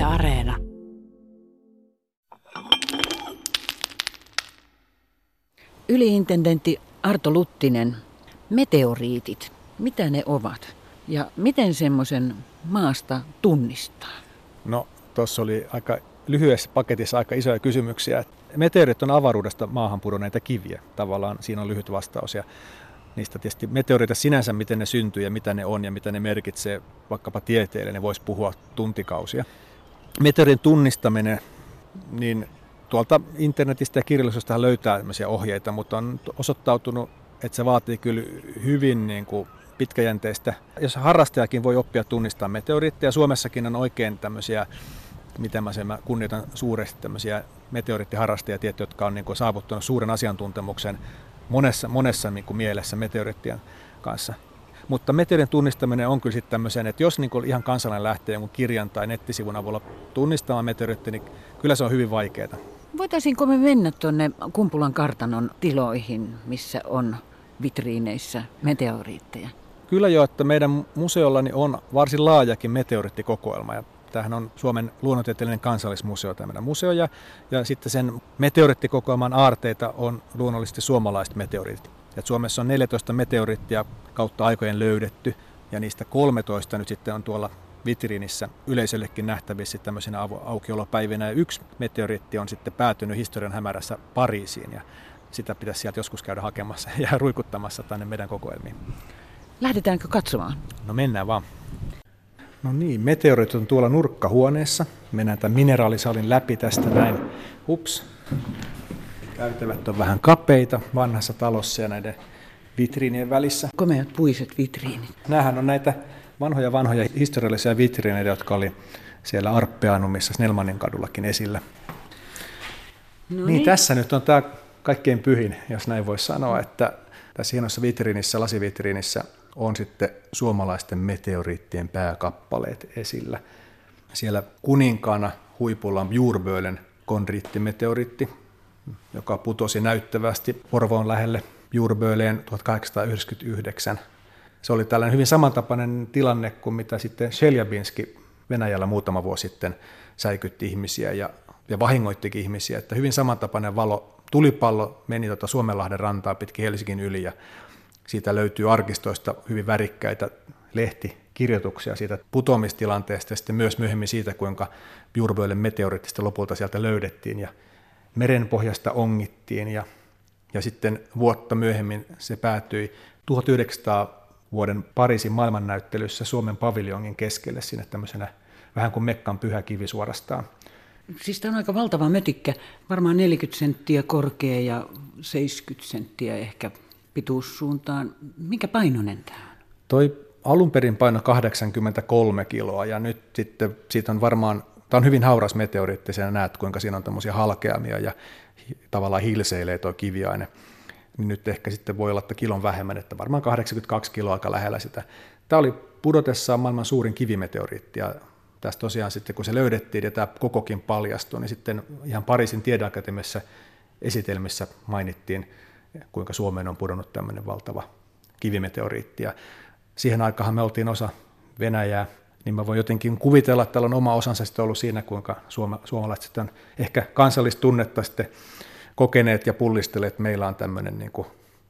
Areena. Yliintendentti Arto Luttinen, meteoriitit, mitä ne ovat ja miten semmoisen maasta tunnistaa? No, tuossa oli aika lyhyessä paketissa aika isoja kysymyksiä. Meteoriit on avaruudesta maahan pudonneita kiviä. Tavallaan siinä on lyhyt vastaus. Ja niistä tietysti meteoriita sinänsä, miten ne syntyy ja mitä ne on ja mitä ne merkitsee vaikkapa tieteelle, ne voisi puhua tuntikausia. Meteorin tunnistaminen, niin tuolta internetistä ja kirjallisuudesta löytää tämmöisiä ohjeita, mutta on osoittautunut, että se vaatii kyllä hyvin pitkäjänteistä. Jos harrastajakin voi oppia tunnistamaan meteoriitteja, Suomessakin on oikein tämmöisiä, mitä mä kunnioitan suuresti tämmöisiä meteoriittiharrastajia, jotka on saavuttanut suuren asiantuntemuksen monessa mielessä meteoriittien kanssa. Mutta meteorin tunnistaminen on kyllä sitten tämmöisen, että jos ihan kansalainen lähtee jonkun kirjan tai nettisivun avulla tunnistamaan meteoriittia, niin kyllä se on hyvin vaikeaa. Voitaisiinko me mennä tuonne Kumpulan kartanon tiloihin, missä on vitriineissä meteoriitteja? Kyllä jo, että meidän museollani on varsin laajakin meteoriittikokoelma. Ja tämähän on Suomen luonnontieteellinen kansallismuseo, tämä meidän museo. Ja sitten sen meteoriittikokoelman aarteita on luonnollisesti suomalaiset meteoriitit. Et Suomessa on 14 meteoriittia kautta aikojen löydetty ja niistä 13 nyt sitten on tuolla vitriinissä yleisöllekin nähtävissä tämmöisenä aukiolopäivinä. Ja yksi meteoriitti on sitten päätynyt historian hämärässä Pariisiin ja sitä pitäisi sieltä joskus käydä hakemassa ja ruikuttamassa tänne meidän kokoelmiin. Lähdetäänkö katsomaan? No mennään vaan. No niin, meteoriitit on tuolla nurkkahuoneessa. Mennään tämän mineraalisalin läpi tästä näin. Hups. Käytävät on vähän kapeita vanhassa talossa ja näiden vitriinien välissä. Komeat puiset vitriinit. Nämähän on näitä vanhoja historiallisia vitriineitä, jotka oli siellä Arppeanumissa Snellmanin kadullakin esillä. Niin, tässä nyt on tämä kaikkein pyhin, jos näin voisi sanoa, että tässä hienossa vitriinissä, lasivitriinissä on sitten suomalaisten meteoriittien pääkappaleet esillä. Siellä kuninkaana huipulla on Djurbölen kondriittimeteoriitti, joka putosi näyttävästi Porvoon lähelle Djurböleen 1899. Se oli tällainen hyvin samantapainen tilanne kuin mitä sitten Chelyabinski Venäjällä muutama vuosi sitten säikytti ihmisiä ja vahingoittikin ihmisiä. Että hyvin samantapainen tulipallo meni Suomenlahden rantaa pitkin Helsingin yli ja siitä löytyy arkistoista hyvin värikkäitä lehtikirjoituksia siitä putoamistilanteesta ja sitten myös myöhemmin siitä, kuinka Djurbölen meteoriittista lopulta sieltä löydettiin ja merenpohjasta ongittiin ja sitten vuotta myöhemmin se päätyi 1900 vuoden Pariisin maailmannäyttelyssä Suomen paviljongin keskelle sinne tämmöisenä vähän kuin Mekkan pyhä kivi suorastaan. Siis tämä on aika valtava mötikkä, varmaan 40 senttiä korkea ja 70 senttiä ehkä pituussuuntaan. Minkä painoinen tämä on? Toi alun perin paino 83 kiloa ja nyt sitten siitä on varmaan, tämä on hyvin hauras meteoriitti, ja näet kuinka siinä on tämmöisiä halkeamia ja tavallaan hilseilee tuo kiviaine. Niin nyt ehkä sitten voi olla, että kilon vähemmän, että varmaan 82 kiloa aika lähellä sitä. Tämä oli pudotessaan maailman suurin kivimeteoriitti ja tässä tosiaan sitten kun se löydettiin ja tämä kokokin paljastui, niin sitten ihan Pariisin tiedeakatemiassa esitelmissä mainittiin, kuinka Suomeen on pudonnut tämmöinen valtava kivimeteoriitti. Ja siihen aikaan me oltiin osa Venäjää, niin mä voin jotenkin kuvitella, että täällä on oma osansa sitten ollut siinä, kuinka suomalaiset sitten on ehkä kansallistunnetta sitten kokeneet ja pullistelleet, että meillä on tämmöinen niin kuin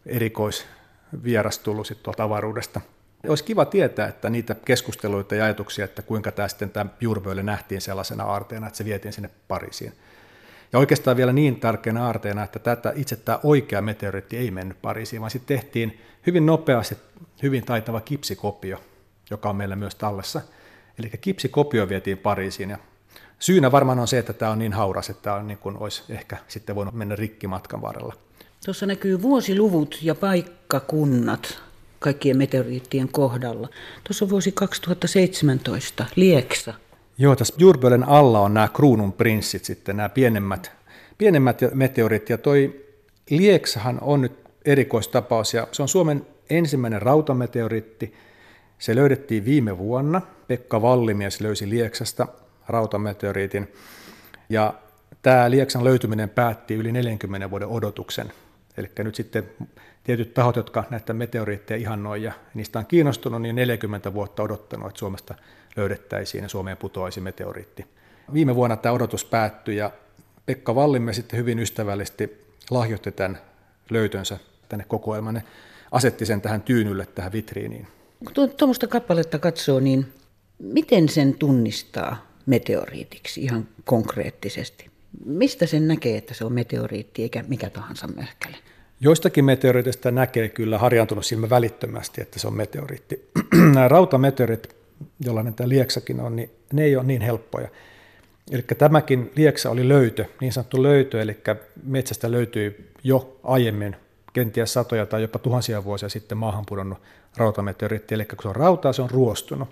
erikoisvieras tullut sitten tuolta avaruudesta. Olisi kiva tietää, että niitä keskusteluita ja ajatuksia, että kuinka tämä Djurböle nähtiin sellaisena aarteena, että se vietiin sinne Pariisiin. Ja oikeastaan vielä niin tärkeänä aarteena, että itse tämä oikea meteoriitti ei mennyt Pariisiin, vaan sitten tehtiin hyvin nopeasti hyvin taitava kipsikopio, joka on meillä myös tallessa. Eli kipsikopio vietiin Pariisiin ja syynä varmaan on se, että tämä on niin hauras, että tämä on niin kuin olisi ehkä sitten voinut mennä rikki matkan varrella. Tuossa näkyy vuosiluvut ja paikkakunnat kaikkien meteoriittien kohdalla. Tuossa on vuosi 2017, Lieksa. Joo, tässä Djurbölen alla on nämä kruununprinssit sitten, nämä pienemmät meteoriitit. Ja toi Lieksahan on nyt erikoistapaus ja se on Suomen ensimmäinen rautameteoriitti. Se löydettiin viime vuonna. Pekka Vallimies löysi Lieksasta rautameteoriitin. Ja tämä Lieksan löytyminen päätti yli 40 vuoden odotuksen. Eli nyt sitten tietyt tahot, jotka näitä meteoriitteja ihannoi ja niistä on kiinnostunut, niin 40 vuotta odottanut, että Suomesta löydettäisiin ja Suomeen putoaisi meteoriitti. Viime vuonna tämä odotus päättyi ja Pekka Wallimme sitten hyvin ystävällisesti lahjoitti tämän löytönsä tänne kokoelmaan. Ne asetti sen tähän tyynylle, tähän vitriiniin. Kun tuommoista kappaletta katsoo, niin miten sen tunnistaa meteoriitiksi ihan konkreettisesti? Mistä sen näkee, että se on meteoriitti eikä mikä tahansa möhkäle? Joistakin meteoriitista näkee kyllä harjaantunut silmä välittömästi, että se on meteoriitti. Nämä rautameteoriit, jollainen tämä lieksakin on, niin ne ei ole niin helppoja. Eli tämäkin lieksa oli löytö, niin sanottu löytö, eli metsästä löytyi jo aiemmin, kenties satoja tai jopa tuhansia vuosia sitten maahan pudonnut rautameteoriitti, eli kun se on rautaa, se on ruostunut.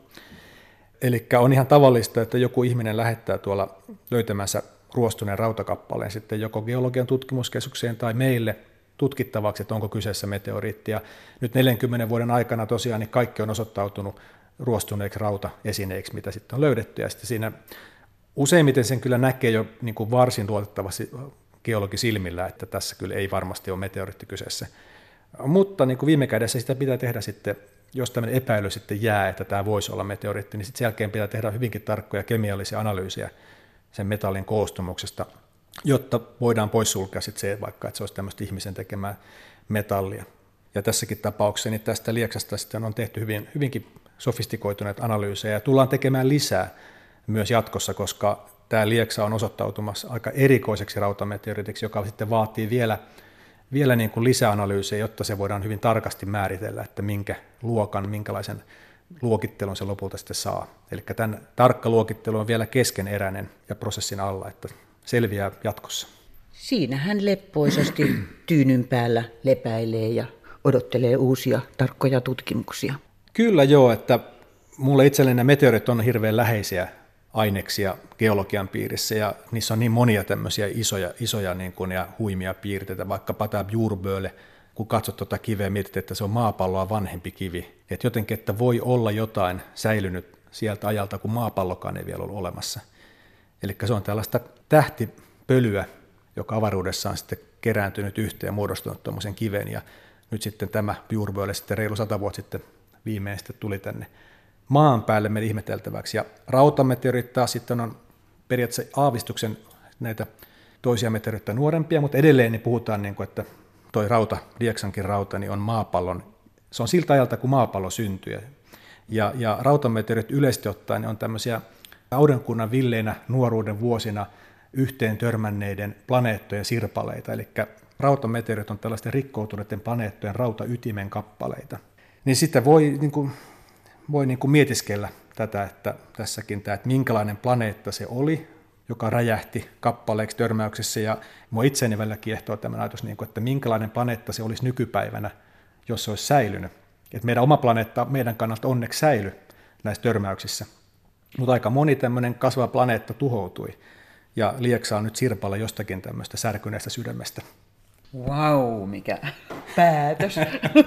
Eli on ihan tavallista, että joku ihminen lähettää tuolla löytämänsä ruostuneen rautakappaleen sitten joko Geologian tutkimuskeskukseen tai meille tutkittavaksi, että onko kyseessä meteoriitti. Ja nyt 40 vuoden aikana tosiaan niin kaikki on osoittautunut ruostuneeksi rautaesineiksi, mitä sitten on löydetty. Ja sitten siinä useimmiten sen kyllä näkee jo niin kuin varsin luotettavasti geologisilmillä, että tässä kyllä ei varmasti ole meteoriitti kyseessä. Mutta niin kuin viime kädessä sitä pitää tehdä sitten, jos tämmöinen epäily sitten jää, että tämä voisi olla meteoriitti, niin sitten sen jälkeen pitää tehdä hyvinkin tarkkoja kemiallisia analyysiä sen metallin koostumuksesta, jotta voidaan poissulkea sitten se, vaikka että se olisi tämmöistä ihmisen tekemää metallia. Ja tässäkin tapauksessa niin tästä lieksasta sitten on tehty hyvinkin sofistikoituneet analyysejä ja tullaan tekemään lisää myös jatkossa, koska tämä lieksa on osoittautumassa aika erikoiseksi rautameteoriitiksi, joka sitten vaatii vielä niin kuin lisäanalyysejä, jotta se voidaan hyvin tarkasti määritellä, että minkä luokan, minkälaisen luokittelun se lopulta sitten saa. Eli tämän tarkka luokittelu on vielä keskeneräinen ja prosessin alla, että selviää jatkossa. Siinä hän leppoisasti tyynyn päällä lepäilee ja odottelee uusia tarkkoja tutkimuksia. Kyllä joo, että mulle itselleni nämä meteorit on hirveän läheisiä aineksia geologian piirissä ja niissä on niin monia tämmöisiä isoja niin kuin, ja huimia piirteitä, vaikkapa tämä Bjurböle, kun katsot tuota kiveä, mietit, että se on maapalloa vanhempi kivi. Että jotenkin, että voi olla jotain säilynyt sieltä ajalta, kun maapallokaan ei vielä ollut olemassa. Eli se on tällaista tähtipölyä, joka avaruudessa on sitten kerääntynyt yhteen ja muodostunut tuommoisen kiven. Ja nyt sitten tämä Bjurböle sitten reilu 100 vuotta sitten viimein sitten tuli tänne maan päälle meidän ihmeteltäväksi. Ja rautameteoriit taas sitten on periaatteessa aavistuksen näitä toisia meteoriitteja nuorempia, mutta edelleen niin puhutaan, niin kuin, että toi rauta, lieksankin rauta, niin on maapallon, se on siltä ajalta, kun maapallo syntyi. Ja rautameteorit yleisesti ottaen on tämmöisiä aurinkokunnan villeinä nuoruuden vuosina yhteen törmänneiden planeettojen sirpaleita, eli rautameteorit on tällaisten rikkoutuneiden planeettojen rautaytimen kappaleita. Niin sitten voi mietiskellä tätä, että tässäkin tämä, että minkälainen planeetta se oli, joka räjähti kappaleeksi törmäyksessä, ja minua itseäni välillä kiehtoo tämä ajatus, että minkälainen planeetta se olisi nykypäivänä, jos se olisi säilynyt. Että meidän oma planeetta meidän kannalta onneksi säilyi näissä törmäyksissä, mutta aika moni tämmöinen kasvava planeetta tuhoutui, ja lieksa on nyt sirpalla jostakin tämmöistä särkyneestä sydämestä. Vau, mikä päätös!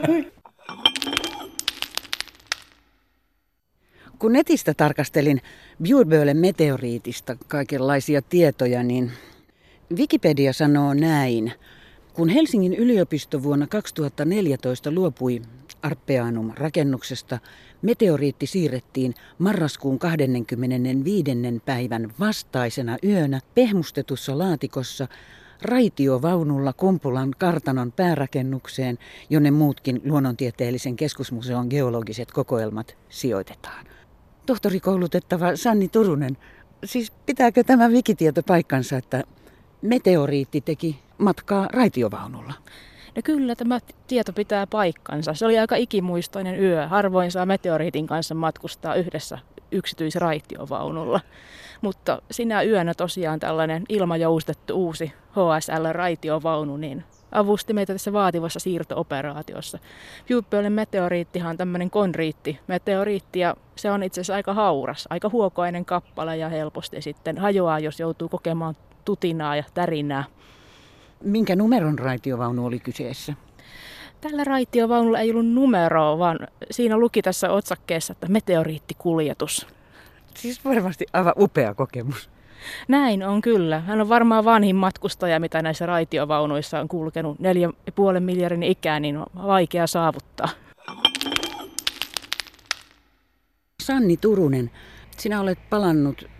Kun netistä tarkastelin Bjurbölen meteoriitista kaikenlaisia tietoja, niin Wikipedia sanoo näin. Kun Helsingin yliopisto vuonna 2014 luopui Arpeanum-rakennuksesta, meteoriitti siirrettiin marraskuun 25. päivän vastaisena yönä pehmustetussa laatikossa raitiovaunulla Kompulan kartanon päärakennukseen, jonne muutkin luonnontieteellisen keskusmuseon geologiset kokoelmat sijoitetaan. Tohtorikoulutettava Sanni Turunen, siis pitääkö tämä wikitieto paikkansa, että meteoriitti teki matkaa raitiovaunulla? No kyllä tämä tieto pitää paikkansa. Se oli aika ikimuistoinen yö. Harvoin saa meteoriitin kanssa matkustaa yhdessä yksityisraitiovaunulla. Mutta sinä yönä tosiaan tällainen ilmajoustettu uusi HSL-raitiovaunu niin avusti meitä tässä vaativassa siirto-operaatiossa. Bjurbölen meteoriittihan on tämmöinen konriittimeteoriitti ja se on itse asiassa aika hauras, aika huokoinen kappale ja helposti sitten hajoaa, jos joutuu kokemaan tutinaa ja tärinää. Minkä numeron raitiovaunu oli kyseessä? Tällä raitiovaunulla ei ollut numeroa, vaan siinä luki tässä otsakkeessa, että meteoriittikuljetus. Siis varmasti aivan upea kokemus. Näin on kyllä. Hän on varmaan vanhin matkustaja, mitä näissä raitiovaunuissa on kulkenut 4,5 miljardin ikään, niin on vaikea saavuttaa. Sanni Turunen, sinä olet palannut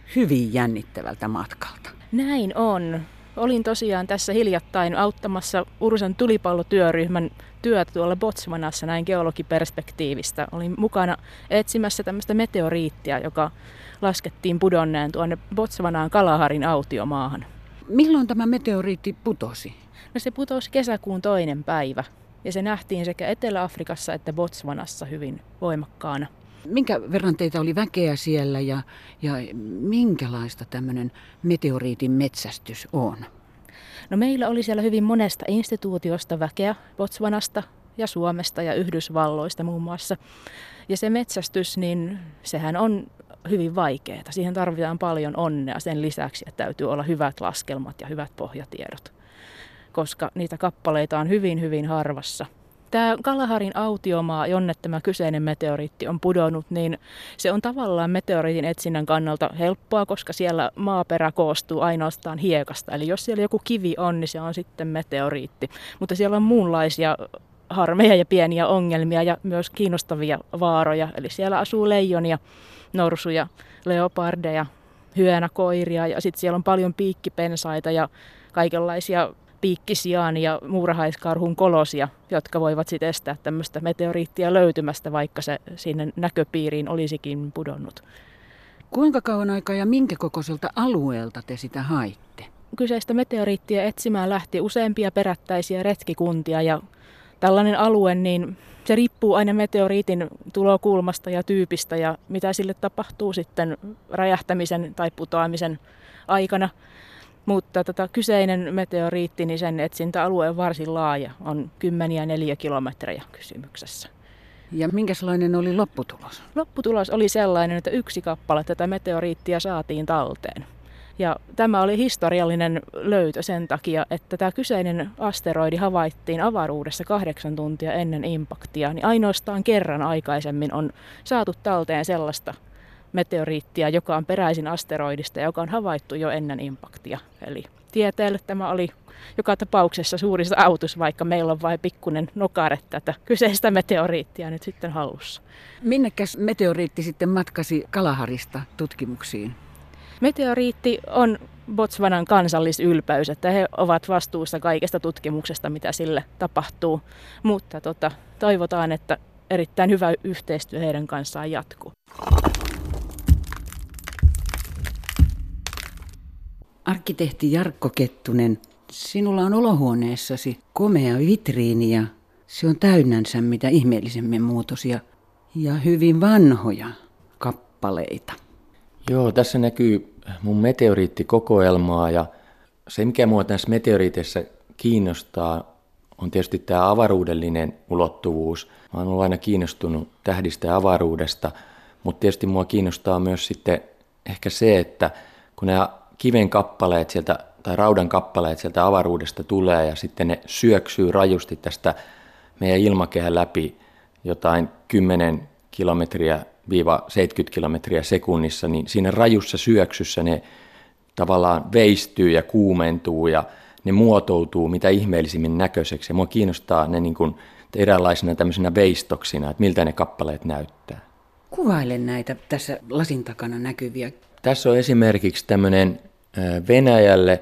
hyvin jännittävältä matkalta. Näin on. Olin tosiaan tässä hiljattain auttamassa Ursan tulipallotyöryhmän työtä tuolla Botswanassa näin geologiperspektiivistä. Olin mukana etsimässä tämmöistä meteoriittia, joka laskettiin pudonneen tuonne Botswanaan Kalaharin autiomaahan. Milloin tämä meteoriitti putosi? No se putosi kesäkuun 2. päivä ja se nähtiin sekä Etelä-Afrikassa että Botswanassa hyvin voimakkaana. Minkä verran teitä oli väkeä siellä ja minkälaista tämmöinen meteoriitin metsästys on? No meillä oli siellä hyvin monesta instituutiosta väkeä, Botswanasta ja Suomesta ja Yhdysvalloista muun muassa. Ja se metsästys, niin sehän on hyvin vaikeaa. Siihen tarvitaan paljon onnea sen lisäksi, että täytyy olla hyvät laskelmat ja hyvät pohjatiedot, koska niitä kappaleita on hyvin, hyvin harvassa. Tämä Kalaharin autiomaa, jonne tämä kyseinen meteoriitti on pudonnut, niin se on tavallaan meteoriitin etsinnän kannalta helppoa, koska siellä maaperä koostuu ainoastaan hiekasta. Eli jos siellä joku kivi on, niin se on sitten meteoriitti. Mutta siellä on muunlaisia harmeja ja pieniä ongelmia ja myös kiinnostavia vaaroja. Eli siellä asuu leijonia, norsuja, leopardeja, hyeenäkoiria ja sitten siellä on paljon piikkipensaita ja kaikenlaisia piikkisiaan ja muurahaiskarhun kolosia, jotka voivat sitten estää tämmöistä meteoriittia löytymästä, vaikka se sinne näköpiiriin olisikin pudonnut. Kuinka kauan aikaa ja minkä kokoiselta alueelta te sitä haitte? Kyseistä meteoriittia etsimään lähti useampia perättäisiä retkikuntia ja tällainen alue, niin se riippuu aina meteoriitin tulokulmasta ja tyypistä ja mitä sille tapahtuu sitten räjähtämisen tai putoamisen aikana. Mutta kyseinen meteoriitti, niin sen etsintäalue on varsin laaja, on 10 neliökilometrejä kysymyksessä. Ja minkälainen oli lopputulos? Lopputulos oli sellainen, että 1 kappale tätä meteoriittia saatiin talteen. Ja tämä oli historiallinen löytö sen takia, että tämä kyseinen asteroidi havaittiin avaruudessa 8 tuntia ennen impaktia, niin ainoastaan kerran aikaisemmin on saatu talteen sellaista meteoriittia, joka on peräisin asteroidista ja joka on havaittu jo ennen impaktia. Eli tieteelle tämä oli joka tapauksessa suuri saavutus, vaikka meillä on vain pikkuinen nokare tätä kyseistä meteoriittia nyt sitten hallussa. Minnekäs meteoriitti sitten matkasi Kalaharista tutkimuksiin? Meteoriitti on Botswanan kansallisylpeys, että he ovat vastuussa kaikesta tutkimuksesta, mitä sille tapahtuu, mutta toivotaan, että erittäin hyvä yhteistyö heidän kanssaan jatkuu. Arkkitehti Jarkko Kettunen, sinulla on olohuoneessasi komea vitriini ja se on täynnänsä mitä ihmeellisemmin muotoisia ja hyvin vanhoja kappaleita. Joo, tässä näkyy mun meteoriittikokoelmaa ja se mikä mua tässä meteoriiteissa kiinnostaa on tietysti tämä avaruudellinen ulottuvuus. Mä oon ollut aina kiinnostunut tähdistä ja avaruudesta, mutta tietysti mua kiinnostaa myös sitten ehkä se, että kun nämä kiven kappaleet sieltä tai raudan kappaleet sieltä avaruudesta tulee ja sitten ne syöksyy rajusti tästä meidän ilmakehän läpi jotain 10 kilometriä 70 kilometriä sekunnissa, niin siinä rajussa syöksyssä ne tavallaan veistyy ja kuumentuu ja ne muotoutuu mitä ihmeellisimmin näköiseksi. Ja mua kiinnostaa ne niin kuin eräänlaisina tämmöisinä veistoksina, että miltä ne kappaleet näyttää. Kuvaile näitä tässä lasin takana näkyviä. Tässä on esimerkiksi tämmöinen Venäjälle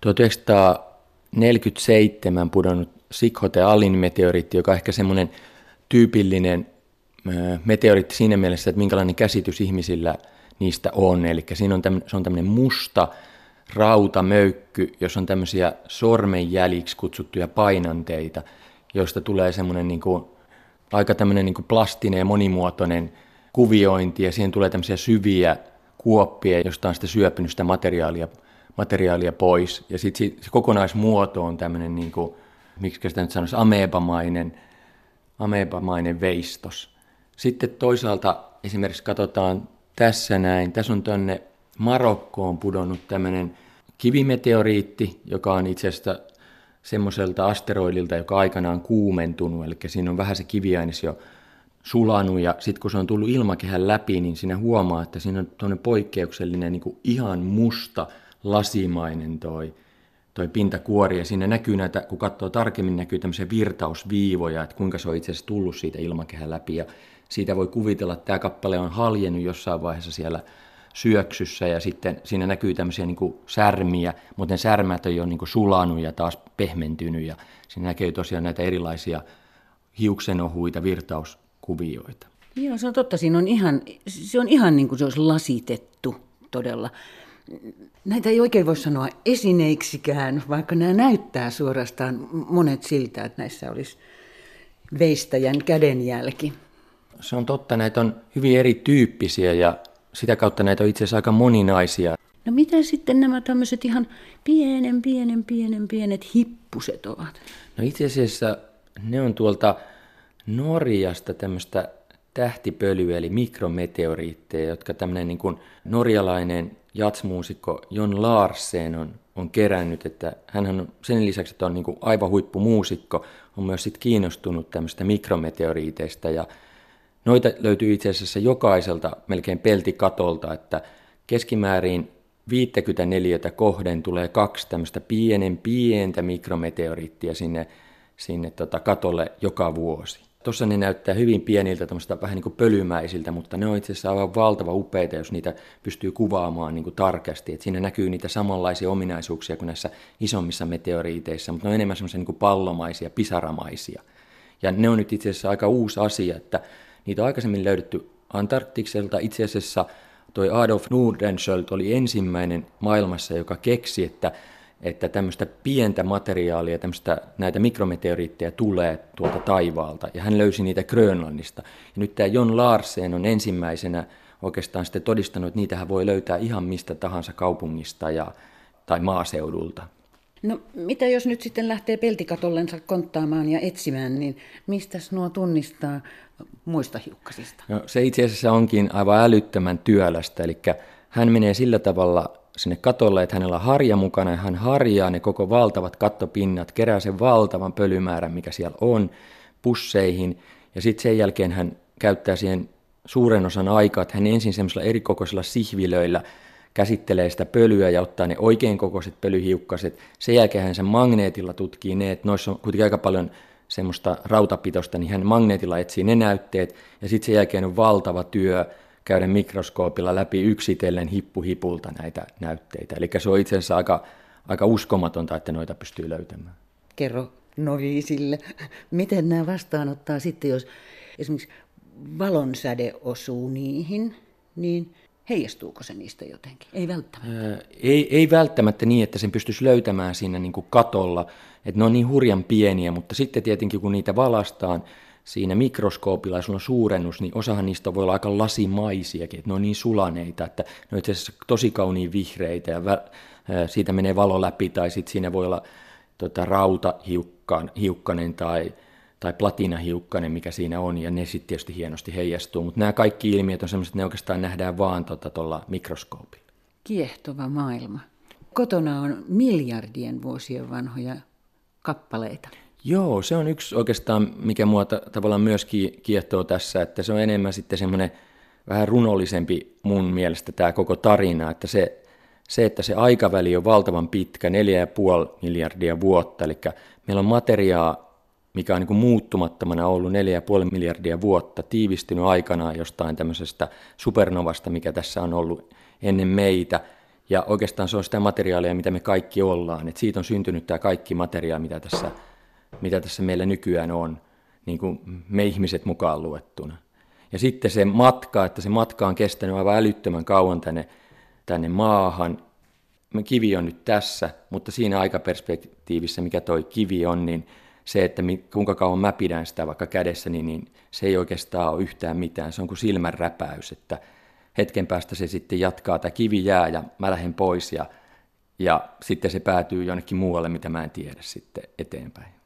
1947 pudonnut Sikhote-Alin meteoriitti, joka on ehkä semmoinen tyypillinen meteoriitti siinä mielessä, että minkälainen käsitys ihmisillä niistä on. Eli se on tämmöinen musta rautamöykky, jossa on tämmöisiä sormenjäljiksi kutsuttuja painanteita, joista tulee semmoinen niin kuin, aika tämmöinen niin kuin plastinen ja monimuotoinen kuviointi, ja siihen tulee tämmöisiä syviä kuoppia, josta on sitten syöpynyt sitä materiaalia pois. Ja sitten se kokonaismuoto on tämmöinen, niin kuin, miksi sitä nyt sanoisi, ameebamainen veistos. Sitten toisaalta esimerkiksi katsotaan tässä näin, tässä on tuonne Marokkoon pudonnut tämmöinen kivimeteoriitti, joka on itse asiassa semmoiselta asteroidilta, joka aikanaan kuumentunut, eli siinä on vähän se kiviaines jo sulanut, ja sitten kun se on tullut ilmakehän läpi, niin siinä huomaa, että siinä on tuonne poikkeuksellinen niin kuin ihan musta lasimainen toi pintakuori, ja siinä näkyy näitä, kun katsoo tarkemmin, näkyy tämmöisiä virtausviivoja, että kuinka se on itse asiassa tullut siitä ilmakehän läpi, ja siitä voi kuvitella, että tämä kappale on haljennut jossain vaiheessa siellä syöksyssä ja sitten siinä näkyy tämmöisiä niin kuin särmiä, mutta ne särmät on jo niin kuin sulanut ja taas pehmentynyt ja siinä näkyy tosiaan näitä erilaisia hiuksenohuita, virtauskuvioita. Joo, se on totta. Se on ihan niin kuin se olisi lasitettu todella. Näitä ei oikein voi sanoa esineiksikään, vaikka nämä näyttää suorastaan monet siltä, että näissä olisi veistäjän kädenjälki. Se on totta, näitä on hyvin erityyppisiä ja sitä kautta näitä on itse asiassa aika moninaisia. No mitä sitten nämä tämmöiset ihan pienet hippuset ovat? No itse asiassa ne on tuolta Norjasta tämmöistä tähtipölyä eli mikrometeoriitteja, jotka tämmöinen niin kuin norjalainen jazzmuusikko Jon Larsen on kerännyt, että hänhän on sen lisäksi, että on niin kuin aivan huippumuusikko, on myös sit kiinnostunut tämmöistä mikrometeoriiteista ja noita löytyy itse asiassa jokaiselta melkein peltikatolta, että keskimäärin 54 kohden tulee 2 tämmöistä pientä mikrometeoriittia sinne katolle joka vuosi. Tuossa ne näyttää hyvin pieniltä, vähän niin kuin pölymäisiltä, mutta ne on itse asiassa aivan valtava upeita, jos niitä pystyy kuvaamaan niin kuin tarkasti. Et siinä näkyy niitä samanlaisia ominaisuuksia kuin näissä isommissa meteoriiteissa, mutta ne on enemmän semmoisia niin kuin pallomaisia, pisaramaisia. Ja ne on nyt itse asiassa aika uusi asia, että niitä on aikaisemmin löydetty Antarktikselta. Itse asiassa toi Adolf Nordenskjöld oli ensimmäinen maailmassa, joka keksi, että tämmöistä pientä materiaalia, näitä mikrometeoriitteja tulee tuolta taivaalta, ja hän löysi niitä Grönlannista. Ja nyt tämä Jon Larsen on ensimmäisenä oikeastaan sitten todistanut, että niitähän voi löytää ihan mistä tahansa kaupungista tai maaseudulta. No mitä jos nyt sitten lähtee peltikatollensa konttaamaan ja etsimään, niin mistäs nuo tunnistaa muista hiukkasista? No, se itse asiassa onkin aivan älyttömän työlästä, eli hän menee sillä tavalla sinne katolle, että hänellä on harja mukana ja hän harjaa ne koko valtavat kattopinnat, kerää sen valtavan pölymäärän, mikä siellä on, pusseihin ja sitten sen jälkeen hän käyttää siihen suuren osan aikaa, että hän ensin semmoisilla erikokoisilla sihvilöillä käsittelee sitä pölyä ja ottaa ne oikein kokoiset pölyhiukkaset. Sen jälkeen hän sen magneetilla tutkii ne, että noissa on kuitenkin aika paljon semmoista rautapitosta, niin hän magneetilla etsii ne näytteet ja sitten sen jälkeen on valtava työ käydä mikroskoopilla läpi yksitellen hippuhipulta näitä näytteitä. Eli se on itse asiassa aika uskomatonta, että noita pystyy löytämään. Kerro noviisille, miten nämä vastaanottaa sitten, jos esimerkiksi valonsäde osuu niihin, niin heijastuuko se niistä jotenkin? Ei välttämättä. Ei välttämättä niin, että sen pystyisi löytämään siinä niin kuin katolla, että ne on niin hurjan pieniä, mutta sitten tietenkin kun niitä valaistaan siinä mikroskoopilla ja sulla on suurennus, niin osahan niistä voi olla aika lasimaisiakin, että ne on niin sulaneita, että ne on itse asiassa tosi kauniin vihreitä ja siitä menee valo läpi tai sitten siinä voi olla rautahiukkanen tai platinahiukkanen, mikä siinä on, ja ne sitten tietysti hienosti heijastuu. Mutta nämä kaikki ilmiöt on sellaiset, että ne oikeastaan nähdään vaan tuolla mikroskoopilla. Kiehtova maailma. Kotona on miljardien vuosien vanhoja kappaleita. Joo, se on yksi oikeastaan, mikä mua tavallaan myös kiehtoo tässä, että se on enemmän sitten semmoinen vähän runollisempi mun mielestä tämä koko tarina, että että se aikaväli on valtavan pitkä, 4,5 miljardia vuotta, eli meillä on materiaa, mikä on niin kuin muuttumattomana ollut 4,5 miljardia vuotta, tiivistynyt aikanaan jostain tämmöisestä supernovasta, mikä tässä on ollut ennen meitä, ja oikeastaan se on sitä materiaalia, mitä me kaikki ollaan, että siitä on syntynyt tämä kaikki materiaali, mitä tässä meillä nykyään on, niin kuin me ihmiset mukaan luettuna. Ja sitten se matka on kestänyt aivan älyttömän kauan tänne maahan. Kivi on nyt tässä, mutta siinä aikaperspektiivissä, mikä toi kivi on, niin se, että kuinka kauan mä pidän sitä vaikka kädessä, niin se ei oikeastaan ole yhtään mitään. Se on kuin silmänräpäys, että hetken päästä se sitten jatkaa, tämä kivi jää ja mä lähden pois ja sitten se päätyy jonnekin muualle, mitä mä en tiedä sitten eteenpäin.